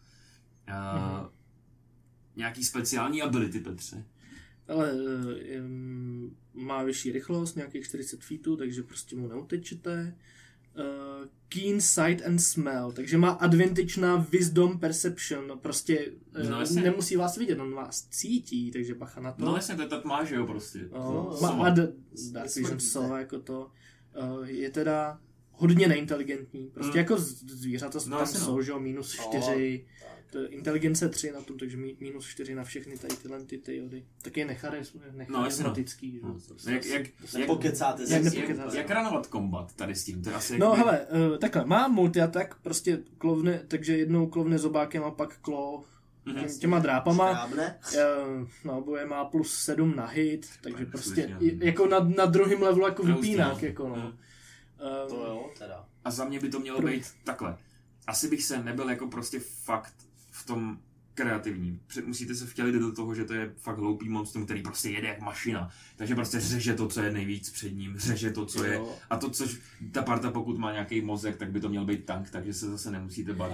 Nějaký speciální ability, Petře? Ale má vyšší rychlost, nějakých 40 feetů, takže prostě mu neutečete. Keen sight and smell, takže má advantage na wisdom perception, prostě nemusí vás vidět, on vás cítí, takže bacha na to. No jasně, to je ta tma, že jo, prostě. Má dark vision sova, jako to. Je teda hodně neinteligentní, prostě jako zvířata tam jsou, že jo, -4, inteligence 3 na tom, takže -4 na všechny tady tyhle ty jody. Tak je necharizmatický. No. Jak ranovat kombat tady s tím? To je asi hele, takhle, má multi-attack, prostě klovne, takže jednou klovne zobákem a pak claw těma drápama. Boje má +7 na hit, takže prostě jako na druhém levelu jako vypínák, jako no. To jo, teda. A za mě by to mělo být takhle. Asi bych se nebyl jako prostě fakt v tom kreativním. Musíte se vtělit do toho, že to je fakt hloupý monstrum, který prostě jede jak mašina. Takže prostě řeže to, co je nejvíc před ním, řeže to, co je. A to, což ta parta, pokud má nějaký mozek, tak by to měl být tank, takže se zase nemusíte bát.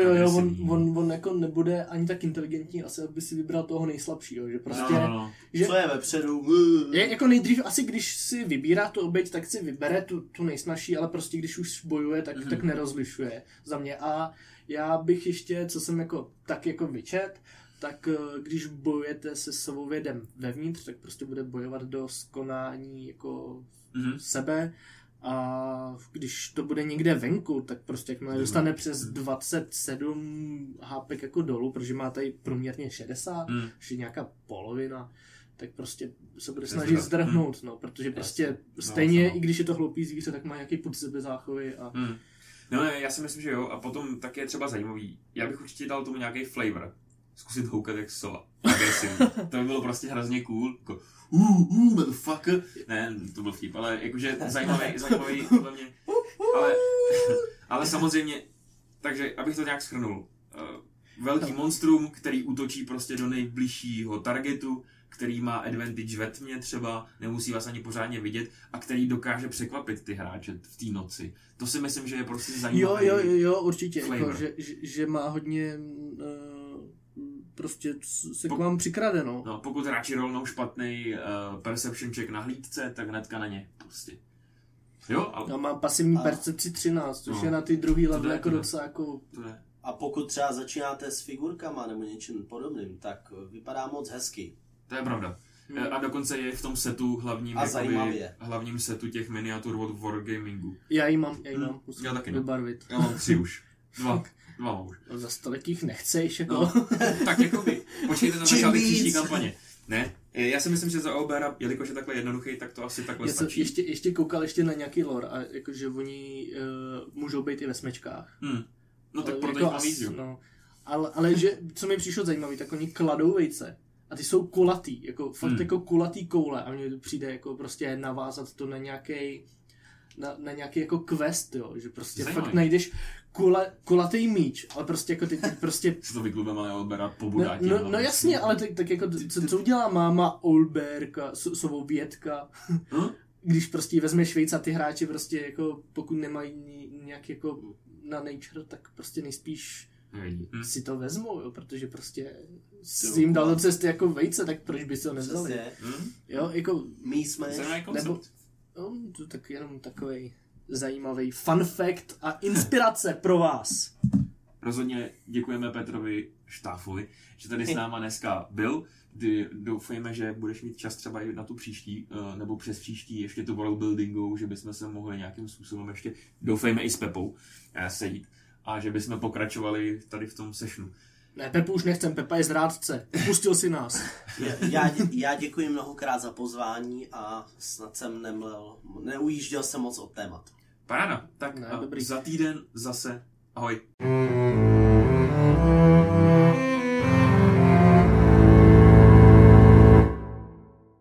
On jako nebude ani tak inteligentní, asi by si vybral toho nejslabšího, že prostě... Že, co je vepředu? Jako nejdřív asi, když si vybírá tu oběť, tak si vybere tu nejsnažší, ale prostě když už bojuje, tak nerozlišuje za mě. A já bych ještě, co jsem tak vyčet, tak když bojujete se sovovědem vevnitř, tak prostě bude bojovat do skonání jako sebe. A když to bude někde venku, tak prostě jakmile dostane přes 27 HP jako dolů, protože má tady průměrně 60, ještě nějaká polovina, tak prostě se bude snažit zdrhnout, no, protože prostě stejně, i když je to hloupý zvíře, tak má nějaký pod sebe záchovy a... No ne, já si myslím, že jo, a potom taky je třeba zajímavý. Já bych určitě dal tomu nějaký flavor. Zkusit houkat jak sova. To by bylo prostě hrozně cool. Jako, motherfucker. Ne, to byl vtip, ale jakože zajímavý podle mě. Ale samozřejmě, takže abych to nějak shrnul. Velký monstrum, který útočí prostě do nejbližšího targetu, který má advantage ve tmě třeba, nemusí vás ani pořádně vidět a který dokáže překvapit ty hráče v té noci. To si myslím, že je prostě zajímavé. Jo, určitě. Jako, že má hodně prostě se k vám přikrade, no. No, pokud hráči rolnou špatný perception check na hlídce, tak hnedka na ně prostě. Jo? Já mám pasivní percepci 13, což je na ty druhý level jako docela jako A pokud třeba začínáte s figurkama nebo něčím podobným, tak vypadá moc hezky. To je pravda. A dokonce je v tom setu hlavním setu těch miniatur od Wargamingu. Já ji mám, musím já taky vybarvit. Já mám 3 už. Dva mám už. Za tolik jich nechceš, jako. No, tak jakoby, počkejte na začátek příští kampaně. Ne, já si myslím, že za Obera, jelikož je takhle jednoduchý, tak to asi takhle stačí. Ještě koukal na nějaký lore a jakože oni můžou být i ve smečkách. No tak proto jich mám víc, jo. No, ale že, co mi přišlo zajímavý, tak oni kladou vejce a ty jsou kulatý, jako fakt jako kulatý koule a mně to přijde jako prostě navázat to na nějaký na nějaký jako quest, jo, že prostě zajímavý. Fakt najdeš kulatý míč, ale prostě jako ty prostě... Se to vyklubem, ale Olbera pobudá tím. No jasně, ale tak jako co udělá máma Olberka, sovovětka, když prostě vezmeš vejce a ty hráči prostě jako pokud nemají nějak jako na nature, tak prostě nejspíš si to vezmou, jo, protože prostě si jim dal do cesty jako vejce, tak proč by si ho nevzali? Jo, jako... Nebo, to tak jenom takovej zajímavý fun fact a inspirace pro vás. Rozhodně děkujeme Petrovi Štáfovi, že tady s náma dneska byl. Doufejme, že budeš mít čas třeba i na tu příští, nebo přes příští ještě tu worldbuildingu, že bychom se mohli nějakým způsobem ještě, doufejme i s Pepou, sejít a že bychom pokračovali tady v tom sessionu. Ne, Pepu už nechcem, Pepa je zrádce, pustil si nás. Já děkuji mnohokrát za pozvání a snad jsem neujížděl jsem moc od témat. Paráda, tak ne, za týden zase ahoj.